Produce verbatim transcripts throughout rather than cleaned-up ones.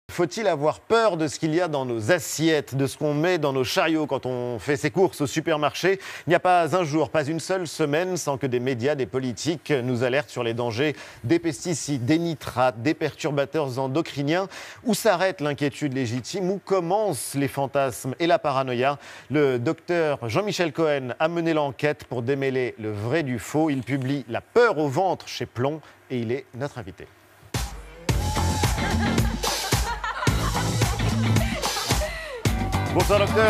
Faut-il avoir peur de ce qu'il y a dans nos assiettes, de ce qu'on met dans nos chariots quand on fait ses courses au supermarché? Il n'y a pas un jour, pas une seule semaine sans que des médias, des politiques nous alertent sur les dangers des pesticides, des nitrates, des perturbateurs endocriniens. Où s'arrête l'inquiétude légitime? Où commencent les fantasmes et la paranoïa? Le docteur Jean-Michel Cohen a mené l'enquête pour démêler le vrai du faux. Il publie La peur au ventre chez Plomb et il est notre invité. Bonsoir docteur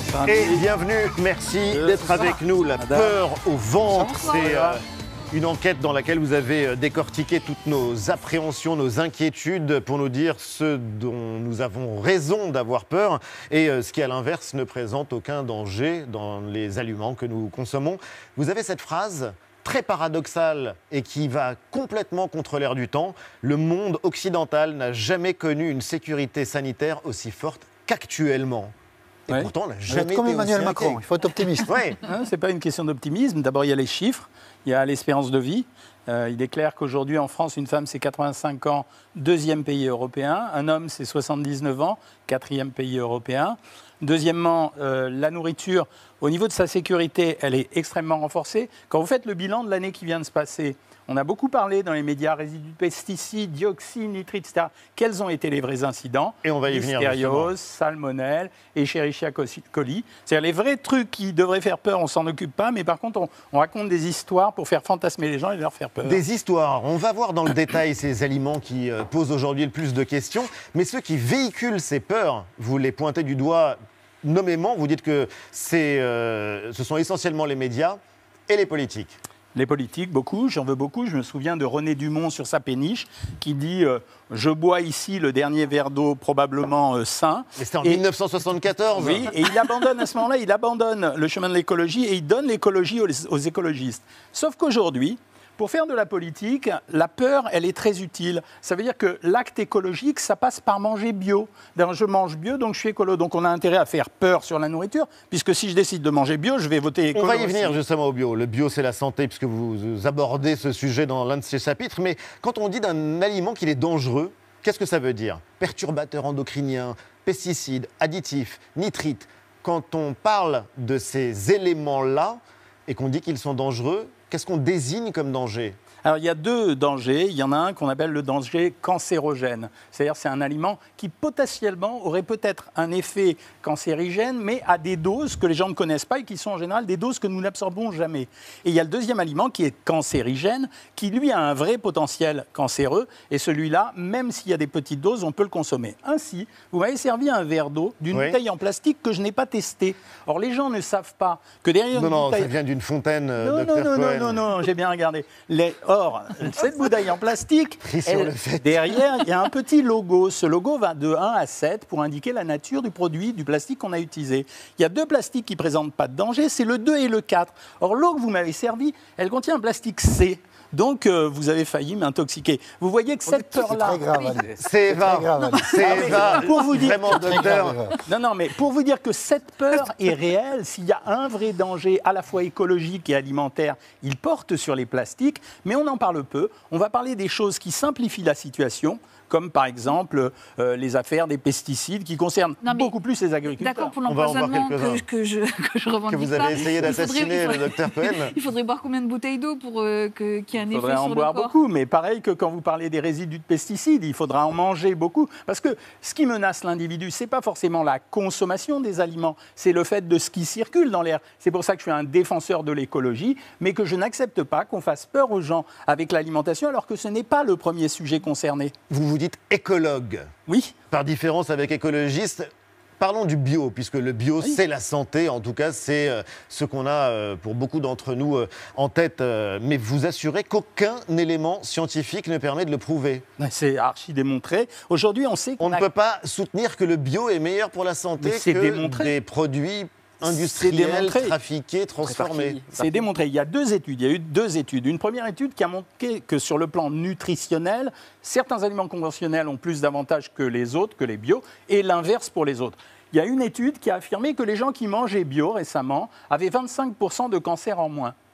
et bienvenue, merci d'être avec nous. La peur au ventre, c'est euh, une enquête dans laquelle vous avez décortiqué toutes nos appréhensions, nos inquiétudes pour nous dire ce dont nous avons raison d'avoir peur et euh, ce qui à l'inverse ne présente aucun danger dans les aliments que nous consommons. Vous avez cette phrase très paradoxale et qui va complètement contre l'air du temps. Le monde occidental n'a jamais connu une sécurité sanitaire aussi forte qu'actuellement. Et ouais. Pourtant, on n'a jamais été comme Emmanuel aussi Macron, inquiet. il faut être optimiste. Ouais. Ce n'est pas une question d'optimisme. D'abord, il y a les chiffres, il y a l'espérance de vie. Euh, il est clair qu'aujourd'hui, en France, une femme, c'est quatre-vingt-cinq ans, deuxième pays européen. Un homme, c'est soixante-dix-neuf ans, quatrième pays européen. Deuxièmement, euh, la nourriture, au niveau de sa sécurité, elle est extrêmement renforcée. Quand vous faites le bilan de l'année qui vient de se passer, on a beaucoup parlé dans les médias, résidus de pesticides, dioxines, nitrites, et cetera. Quels ont été les vrais incidents? Et on va y venir. Listeriose, salmonelle, Escherichia coli. C'est-à-dire les vrais trucs qui devraient faire peur, on ne s'en occupe pas, mais par contre, on, on raconte des histoires pour faire fantasmer les gens et leur faire peur. Des histoires. On va voir dans le détail ces aliments qui euh, posent aujourd'hui le plus de questions, mais ceux qui véhiculent ces peurs, vous les pointez du doigt nommément, vous dites que c'est, euh, ce sont essentiellement les médias et les politiques. Les politiques, beaucoup, j'en veux beaucoup. Je me souviens de René Dumont sur sa péniche qui dit euh, « Je bois ici le dernier verre d'eau probablement euh, sain ». Mais c'était en et, mille neuf cent soixante-quatorze. Oui, et il abandonne à ce moment-là, il abandonne le chemin de l'écologie et il donne l'écologie aux, aux écologistes. Sauf qu'aujourd'hui, pour faire de la politique, la peur, elle est très utile. Ça veut dire que l'acte écologique, ça passe par manger bio. D'ailleurs, je mange bio, donc je suis écolo. Donc on a intérêt à faire peur sur la nourriture, puisque si je décide de manger bio, je vais voter écolo. On va y aussi. venir justement au bio. Le bio, c'est la santé, puisque vous abordez ce sujet dans l'un de ces chapitres. Mais quand on dit d'un aliment qu'il est dangereux, qu'est-ce que ça veut dire? Perturbateurs endocriniens, pesticides, additifs, nitrites. Quand on parle de ces éléments-là et qu'on dit qu'ils sont dangereux, qu'est-ce qu'on désigne comme danger? Alors, il y a deux dangers. Il y en a un qu'on appelle le danger cancérogène. C'est-à-dire c'est un aliment qui, potentiellement, aurait peut-être un effet cancérigène, mais à des doses que les gens ne connaissent pas et qui sont en général des doses que nous n'absorbons jamais. Et il y a le deuxième aliment qui est cancérigène, qui, lui, a un vrai potentiel cancéreux. Et celui-là, même s'il y a des petites doses, on peut le consommer. Ainsi, vous m'avez servi un verre d'eau d'une oui. bouteille en plastique que je n'ai pas testée. Or, les gens ne savent pas que derrière non, une non, bouteille... ça vient d'une fontaine, non, docteur non, non, Cohen. non, non, non, j'ai bien regardé. Les... Or, cette bouteille en plastique, elle, derrière, il y a un petit logo. Ce logo va de un à sept pour indiquer la nature du produit, du plastique qu'on a utilisé. Il y a deux plastiques qui ne présentent pas de danger, c'est le deux et le quatre. Or, l'eau que vous m'avez servie, elle contient un plastique C. Donc, euh, vous avez failli m'intoxiquer. Vous voyez que cette peur-là... C'est très grave, Ali. C'est Eva. C'est Eva. Pour vous dire... Vraiment, docteur. Non, non, mais pour vous dire que cette peur est réelle, s'il y a un vrai danger à la fois écologique et alimentaire, il porte sur les plastiques, mais on en parle peu. On va parler des choses qui simplifient la situation, comme par exemple euh, les affaires des pesticides qui concernent non, beaucoup plus les agriculteurs. D'accord, pour l'empoisonnement que, que je, que je revendique que vous avez pas, essayé d'assassiner le docteur Cohen. Il faudrait boire combien de bouteilles d'eau pour euh, que, qu'il y ait un effet sur le corps? Il faudrait en boire beaucoup, mais pareil que quand vous parlez des résidus de pesticides, il faudra en manger beaucoup. Parce que ce qui menace l'individu, ce n'est pas forcément la consommation des aliments, c'est le fait de ce qui circule dans l'air. C'est pour ça que je suis un défenseur de l'écologie, mais que je n'accepte pas qu'on fasse peur aux gens avec l'alimentation, alors que ce n'est pas le premier sujet concerné. Vous vous dites écologue. Oui. Par différence avec écologiste. Parlons du bio, puisque le bio, oui. c'est la santé. En tout cas, c'est euh, ce qu'on a euh, pour beaucoup d'entre nous euh, en tête. Euh, mais vous assurez qu'aucun élément scientifique ne permet de le prouver. C'est archi démontré. Aujourd'hui, on sait qu'on On a... ne peut pas soutenir que le bio est meilleur pour la santé que démontré. des produits industriels, trafiqués, transformés. C'est démontré. Il y a deux études. Il y a eu deux études. Une première étude qui a montré que sur le plan nutritionnel, certains aliments conventionnels ont plus d'avantages que les autres, que les bio, et l'inverse pour les autres. Il y a une étude qui a affirmé que les gens qui mangeaient bio récemment avaient vingt-cinq pour cent de cancer en moins.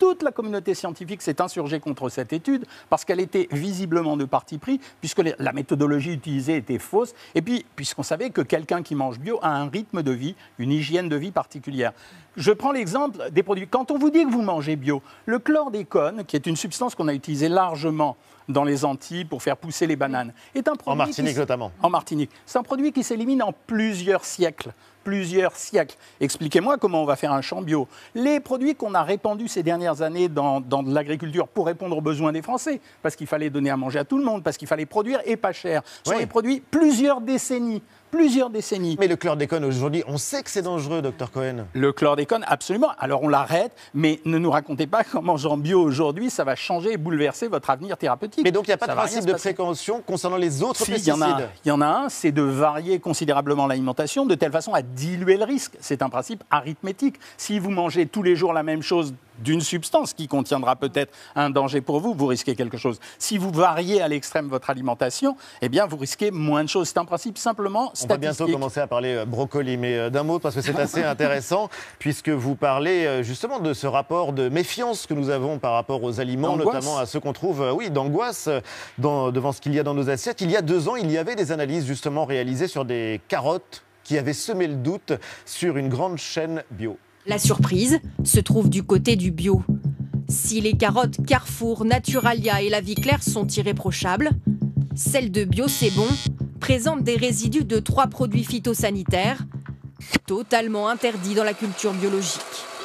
toute la communauté scientifique s'est insurgée contre cette étude parce qu'elle était visiblement de parti pris, puisque les, la méthodologie utilisée était fausse, et puis puisqu'on savait que quelqu'un qui mange bio a un rythme de vie, une hygiène de vie particulière. Je prends l'exemple des produits. Quand on vous dit que vous mangez bio, le chlordécone, qui est une substance qu'on a utilisée largement dans les Antilles pour faire pousser les bananes, est un produit en Martinique qui, notamment. En Martinique. C'est un produit qui s'élimine en plusieurs siècles. Plusieurs siècles. Expliquez-moi comment on va faire un champ bio. Les produits qu'on a répandus ces dernières années dans, dans l'agriculture pour répondre aux besoins des Français, parce qu'il fallait donner à manger à tout le monde, parce qu'il fallait produire et pas cher, sont oui. des produits plusieurs décennies. Plusieurs décennies. Mais le chlordécone aujourd'hui, on sait que c'est dangereux, docteur Cohen. Le chlordécone, absolument. Alors on l'arrête, mais ne nous racontez pas qu'en mangeant bio aujourd'hui, ça va changer et bouleverser votre avenir thérapeutique. Mais donc il n'y a pas ça de principe de précaution concernant les autres si, pesticides. Il y en a, il y en a un, c'est de varier considérablement l'alimentation de telle façon à diluer le risque. C'est un principe arithmétique. Si vous mangez tous les jours la même chose d'une substance qui contiendra peut-être un danger pour vous, vous risquez quelque chose. Si vous variez à l'extrême votre alimentation, eh bien vous risquez moins de choses. C'est un principe simplement statistique. On va bientôt commencer à parler brocoli, mais d'un mot, parce que c'est assez intéressant, puisque vous parlez justement de ce rapport de méfiance que nous avons par rapport aux aliments, notamment à ceux qu'on trouve, oui, d'angoisse dans, devant ce qu'il y a dans nos assiettes. Il y a deux ans, il y avait des analyses justement réalisées sur des carottes qui avaient semé le doute sur une grande chaîne bio. La surprise se trouve du côté du bio. Si les carottes Carrefour, Naturalia et La Vie Claire sont irréprochables, celles de Bio C'est Bon présentent des résidus de trois produits phytosanitaires totalement interdits dans la culture biologique.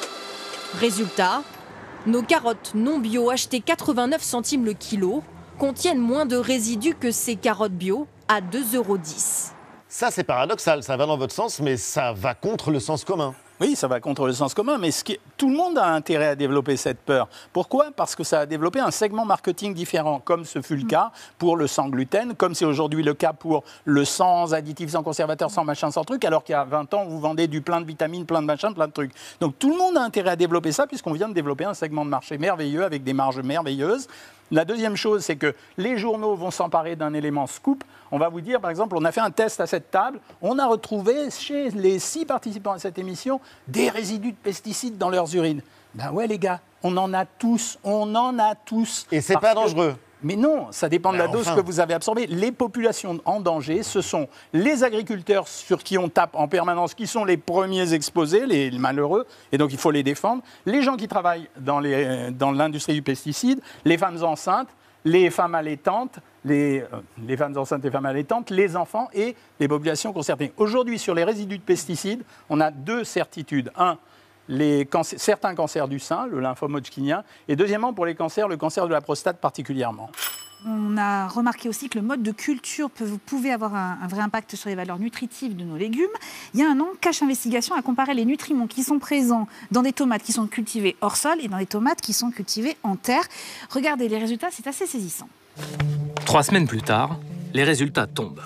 Résultat, nos carottes non bio achetées quatre-vingt-neuf centimes le kilo contiennent moins de résidus que ces carottes bio à deux euros dix. Ça, c'est paradoxal, ça va dans votre sens, mais ça va contre le sens commun. Oui, ça va contre le sens commun, mais ce qui... tout le monde a intérêt à développer cette peur. Pourquoi ? Parce que ça a développé un segment marketing différent, comme ce fut le cas pour le sans gluten, comme c'est aujourd'hui le cas pour le sans additifs, sans conservateurs, sans machin, sans truc, alors qu'il y a vingt ans, vous vendez du plein de vitamines, plein de machins, plein de trucs. Donc tout le monde a intérêt à développer ça, puisqu'on vient de développer un segment de marché merveilleux, avec des marges merveilleuses. La deuxième chose, c'est que les journaux vont s'emparer d'un élément scoop. On va vous dire, par exemple, on a fait un test à cette table, on a retrouvé chez les six participants à cette émission des résidus de pesticides dans leurs urines. Ben ouais, les gars, on en a tous, on en a tous. Et c'est pas dangereux. Mais non, ça dépend de la dose que vous avez absorbée. Les populations en danger, ce sont les agriculteurs sur qui on tape en permanence, qui sont les premiers exposés, les malheureux, et donc il faut les défendre. Les gens qui travaillent dans, les, dans l'industrie du pesticide, les femmes enceintes, les femmes allaitantes, les, euh, les femmes enceintes et femmes allaitantes, les enfants et les populations concernées. Aujourd'hui, sur les résidus de pesticides, on a deux certitudes. Un, les cancer, certains cancers du sein, le lymphome hodgkinien, et deuxièmement, pour les cancers, le cancer de la prostate particulièrement. On a remarqué aussi que le mode de culture peut, pouvait avoir un, un vrai impact sur les valeurs nutritives de nos légumes. Il y a un an, Cache Investigation a comparé les nutriments qui sont présents dans des tomates qui sont cultivées hors sol et dans des tomates qui sont cultivées en terre. Regardez les résultats, c'est assez saisissant. Trois semaines plus tard, les résultats tombent.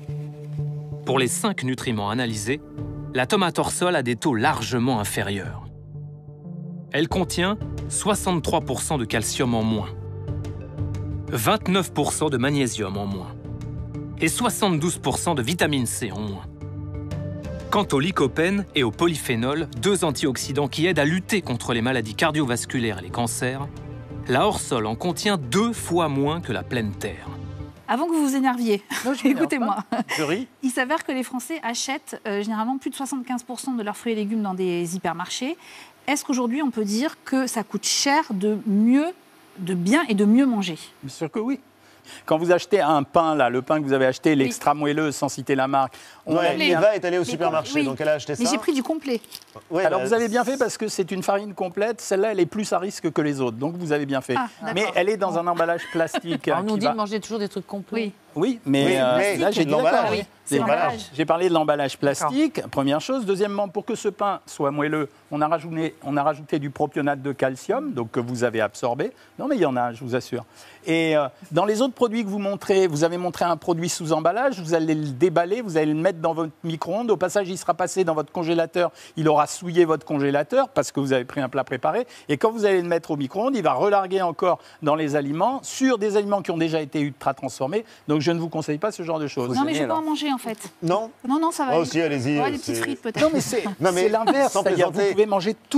Pour les cinq nutriments analysés, la tomate hors sol a des taux largement inférieurs. Elle contient soixante-trois pour cent de calcium en moins, vingt-neuf pour cent de magnésium en moins et soixante-douze pour cent de vitamine C en moins. Quant au lycopène et au polyphénol, deux antioxydants qui aident à lutter contre les maladies cardiovasculaires et les cancers, la hors-sol en contient deux fois moins que la pleine terre. Avant que vous vous énerviez, écoutez-moi. Il s'avère que les Français achètent euh, généralement plus de soixante-quinze pour cent de leurs fruits et légumes dans des hypermarchés. Est-ce qu'aujourd'hui, on peut dire que ça coûte cher de mieux, de bien et de mieux manger ? Bien sûr que oui. Quand vous achetez un pain, là, le pain que vous avez acheté, l'extra moelleux, sans citer la marque... On ouais, Eva est allée au supermarché, oui. Donc elle a acheté ça. Mais j'ai pris du complet. Ouais, Alors bah, vous avez bien fait parce que c'est une farine complète. Celle-là, elle est plus à risque que les autres. Donc vous avez bien fait. Ah, mais elle est dans un emballage plastique. On nous dit va... de manger toujours des trucs complets. Oui. Oui, mais, oui, euh, mais là, j'ai dit l'emballage. Oui. J'ai parlé de l'emballage plastique, première chose. Deuxièmement, pour que ce pain soit moelleux, on a rajouté, on a rajouté du propionate de calcium, donc que vous avez absorbé. Non, mais il y en a, je vous assure. Et euh, dans les autres produits que vous montrez, vous avez montré un produit sous emballage, vous allez le déballer, vous allez le mettre dans votre micro-ondes. Au passage, il sera passé dans votre congélateur, il aura souillé votre congélateur parce que vous avez pris un plat préparé. Et quand vous allez le mettre au micro-ondes, il va relarguer encore dans les aliments, sur des aliments qui ont déjà été ultra transformés. Donc je ne vous conseille pas ce genre de choses. Non, mais je ne vais pas en manger en fait. Non Non, non, ça va. Oh, si, allez-y. Ouais, des petites frites peut-être. Non, mais c'est l'inverse. C'est-à-dire vous pouvez manger tout.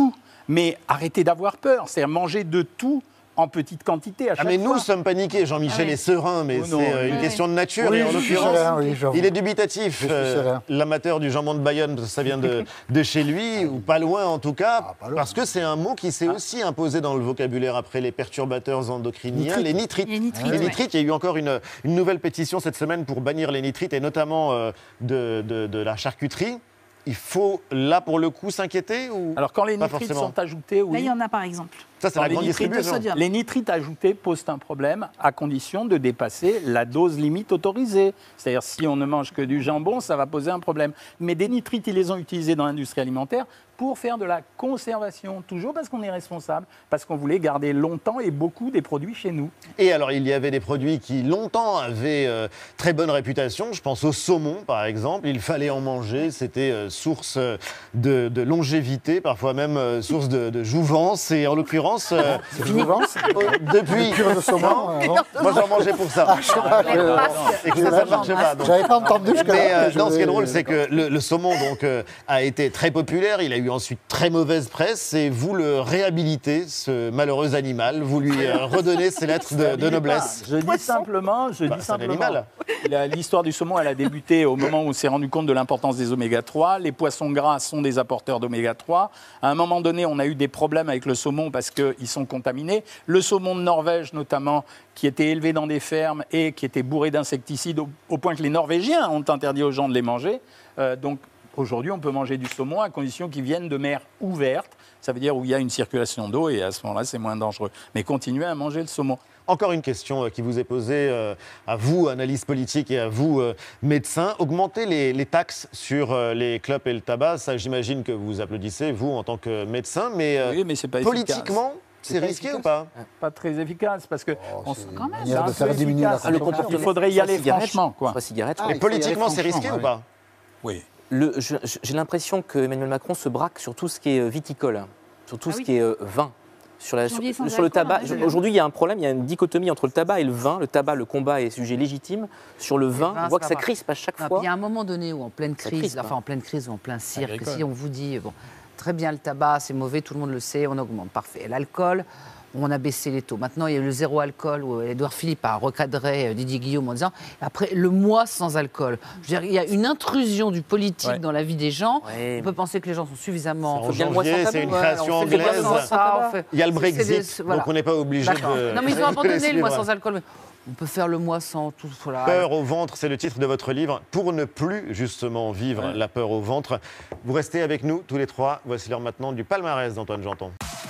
Mais arrêtez d'avoir peur, c'est-à-dire manger de tout en petite quantité à chaque ah mais fois. nous sommes paniqués, Jean-Michel Ah oui. est serein, mais Oh non, c'est euh, oui. une Oui. question de nature. Oui, et en je suis l'occurrence, serein, oui, j'avoue. il est dubitatif. Je suis euh, serein. L'amateur du jambon de Bayonne, ça vient de, de chez lui, ou pas loin en tout cas, Ah, pas loin. parce que c'est un mot qui s'est aussi imposé dans le vocabulaire après les perturbateurs endocriniens, Nitrites. les nitrites. Les nitrites, Les ouais. nitrites, il y a eu encore une, une nouvelle pétition cette semaine pour bannir les nitrites, et notamment euh, de, de- de la charcuterie. Il faut, là, pour le coup, s'inquiéter ou Alors quand les pas nitrites forcément sont ajoutés, oui. Là, il y en a par exemple. Ça, c'est Dans la les grande nitrites de distribution. sodium. Les nitrites ajoutés posent un problème à condition de dépasser la dose limite autorisée. C'est-à-dire si on ne mange que du jambon, ça va poser un problème. Mais des nitrites, ils les ont utilisés dans l'industrie alimentaire pour faire de la conservation, toujours parce qu'on est responsable, parce qu'on voulait garder longtemps et beaucoup des produits chez nous. Et alors, il y avait des produits qui, longtemps, avaient euh, très bonne réputation. Je pense au saumon, par exemple. Il fallait en manger. C'était euh, source euh, de, de longévité, parfois même euh, source de, de jouvence. Et en l'occurrence, euh, C'est Jouvence depuis... Cure de saumon Non, avant. moi, j'en mangeais pour ça. Je sais pas, je- Et que ça ne marchait pas. donc. J'avais pas entendu jusqu'à Mais là. euh, mais je non, ce qui est vais- drôle, c'est que le, le saumon donc, euh, a été très populaire. Il a eu ensuite très mauvaise presse. Et vous le réhabilitez, ce malheureux animal. Vous lui euh, redonnez ses lettres de, de noblesse. Je dis simplement, je Bah, dis c'est un simplement. animal. La- L'histoire du saumon, elle a débuté au moment où on s'est rendu compte de l'importance des oméga trois. Les poissons gras sont des apporteurs d'oméga trois. À un moment donné, on a eu des problèmes avec le saumon parce qu'ils sont contaminés. Le saumon de Norvège, notamment, qui était élevé dans des fermes et qui était bourré d'insecticides au, au point que les Norvégiens ont interdit aux gens de les manger. Euh, donc aujourd'hui, on peut manger du saumon à condition qu'il vienne de mer ouverte. Ça veut dire où il y a une circulation d'eau et à ce moment-là, c'est moins dangereux. Mais continuez à manger le saumon. Encore une question euh, qui vous est posée euh, à vous, analyste politique, et à vous, euh, médecin. Augmenter les, les taxes sur euh, les clopes et le tabac, ça, j'imagine que vous applaudissez, vous, en tant que médecin. Mais, euh, Oui, mais c'est pas efficace. politiquement, c'est pas risqué efficace. ou pas? Pas très efficace parce que Oh, on- c'est c'est une quand même. manière un de faire peu diminuer la efficace. le consommation. comportement. Il faudrait y aller Cigarette, franchement, quoi. Soit cigarette. Ah, Et il faut y aller politiquement, c'est franchement, risqué ou ouais. pas? Oui. Le- je- je- J'ai l'impression que Emmanuel Macron se braque sur tout ce qui est euh, viticole, hein, sur tout Ah ce oui. qui est euh, vin. Sur, la- sur- Janvier sans sur le alcool, tabac, on a vu. aujourd'hui il y a un problème, il y a une dichotomie entre le tabac et le vin. Le tabac, le combat est sujet légitime. Sur le vin, vin, on voit c'est que pas ça vrai. crispe à chaque Non, fois. puis il y a un moment donné où en pleine Ça crise, crispe, enfin hein. en pleine crise ou en plein cirque, Agricole. si on vous dit, bon, très bien le tabac, c'est mauvais, tout le monde le sait, on augmente, parfait. L'alcool, on a baissé les taux. Maintenant, il y a eu le zéro alcool où Édouard Philippe a recadré euh, Didier Guillaume en disant, après, le mois sans alcool. Je veux dire, il y a une intrusion du politique Ouais. dans la vie des gens. Ouais. On peut penser que les gens sont suffisamment... En faut bien le mois sans janvier, tabac. c'est une Ouais, création on fait le mois anglaise. sans ça, on fait- Il y a le c'est- Brexit, c'est des- voilà. donc on n'est pas obligé D'accord. de... Non, mais ils ont de abandonné le mois suivre. sans alcool. Mais on peut faire le mois sans tout. Voilà. Peur au ventre, c'est le titre de votre livre. Pour ne plus justement vivre Ouais. la peur au ventre, vous restez avec nous tous les trois. Voici l'heure maintenant du palmarès d'Antoine Janton.